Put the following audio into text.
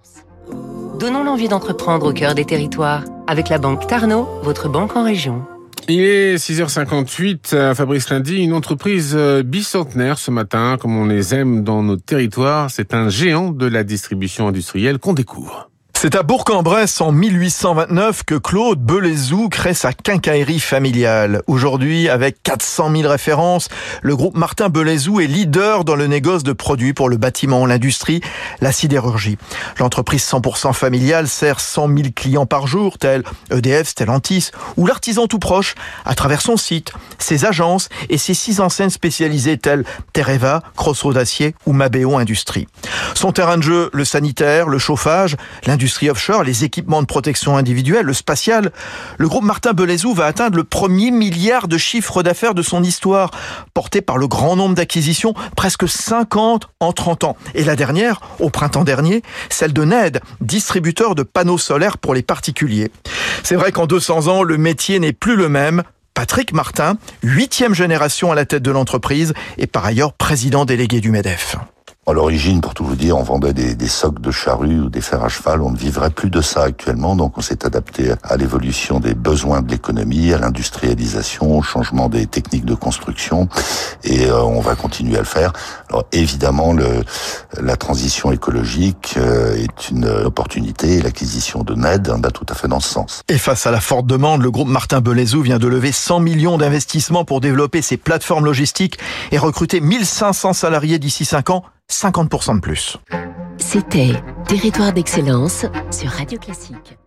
Donnons l'envie d'entreprendre au cœur des territoires. Avec la banque Tarno, votre banque en région. Il est 6h58, Fabrice Lundy, une entreprise bicentenaire ce matin, comme on les aime dans nos territoires. C'est un géant de la distribution industrielle qu'on découvre. C'est à Bourg-en-Bresse en 1829 que Claude Belezoux crée sa quincaillerie familiale. Aujourd'hui, avec 400 000 références, le groupe Martin Belezoux est leader dans le négoce de produits pour le bâtiment, l'industrie, la sidérurgie. L'entreprise 100% familiale sert 100 000 clients par jour, tels EDF, Stellantis, ou l'artisan tout proche, à travers son site, ses agences et ses 6 enseignes spécialisées telles Tereva, Crossroad Acier ou Mabéo Industrie. Son terrain de jeu, le sanitaire, le chauffage, l'industrie offshore, les équipements de protection individuelle, le spatial. Le groupe Martin Belezoux va atteindre le premier milliard de chiffre d'affaires de son histoire, porté par le grand nombre d'acquisitions, presque 50 en 30 ans. Et la dernière, au printemps dernier, celle de NED, distributeur de panneaux solaires pour les particuliers. C'est vrai qu'en 200 ans, le métier n'est plus le même. Patrick Martin, 8e génération à la tête de l'entreprise, et par ailleurs président délégué du MEDEF. À l'origine, pour tout vous dire, on vendait des socs de charrue ou des fers à cheval. On ne vivrait plus de ça actuellement, donc on s'est adapté à l'évolution des besoins de l'économie, à l'industrialisation, au changement des techniques de construction, et on va continuer à le faire. Alors évidemment, la transition écologique est une opportunité, et l'acquisition de NED va tout à fait dans ce sens. Et face à la forte demande, le groupe Martin Belezoux vient de lever 100 millions d'investissements pour développer ses plateformes logistiques et recruter 1500 salariés d'ici 5 ans. 50% de plus. C'était Territoire d'Excellence sur Radio Classique.